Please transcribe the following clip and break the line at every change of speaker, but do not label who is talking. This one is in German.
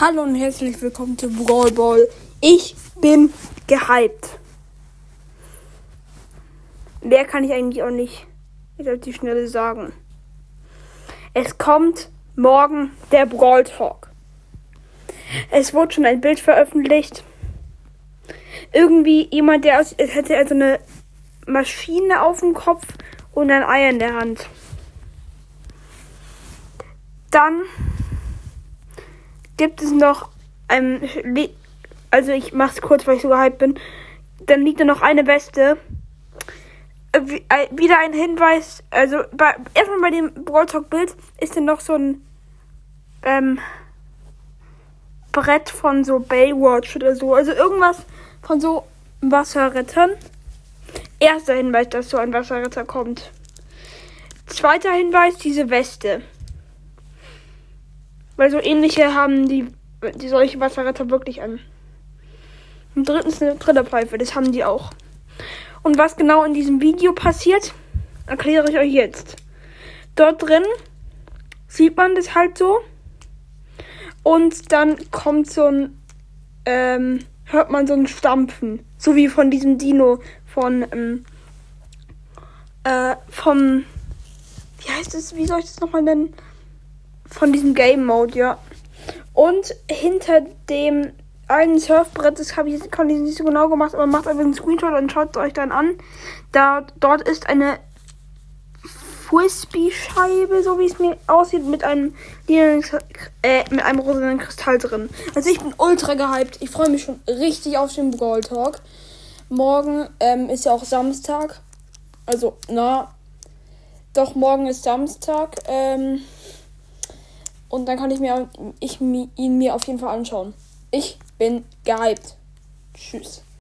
Hallo und herzlich willkommen zu Brawl Ball. Ich bin gehypt. Mehr kann ich eigentlich auch nicht auf die Schnelle sagen. Es kommt morgen der Brawl Talk. Es wurde schon ein Bild veröffentlicht. Irgendwie jemand, es hätte also eine Maschine auf dem Kopf und ein Ei in der Hand. Dann gibt es noch also ich mach's kurz, weil ich so gehypt bin. Dann liegt da noch eine Weste. Wieder ein Hinweis, also erstmal bei dem Brawl Talk Bild ist dann noch so ein Brett von so Baywatch oder so. Also irgendwas von so Wasserrettern. Erster Hinweis, dass so ein Wasserretter kommt. Zweiter Hinweis, diese Weste. Weil so ähnliche haben die solche Wasserretter wirklich an. Und drittens eine Trillerpfeife, das haben die auch. Und was genau in diesem Video passiert, erkläre ich euch jetzt. Dort drin sieht man das halt so. Und dann kommt so ein, hört man so ein Stampfen. So wie von diesem Dino vom, wie heißt es, wie soll ich das nochmal nennen? Von diesem Game-Mode, ja. Und hinter dem einen Surfbrett, das kann ich nicht so genau gemacht, aber macht einfach einen Screenshot und schaut es euch dann an. Dort ist eine Frisbee-Scheibe, so wie es mir aussieht, mit einem rosanen Kristall drin. Also ich bin ultra gehypt. Ich freue mich schon richtig auf den Brawl Talk. Morgen ist ja auch Samstag. Also, morgen ist Samstag. Und dann kann ich ihn mir auf jeden Fall anschauen. Ich bin gehypt. Tschüss.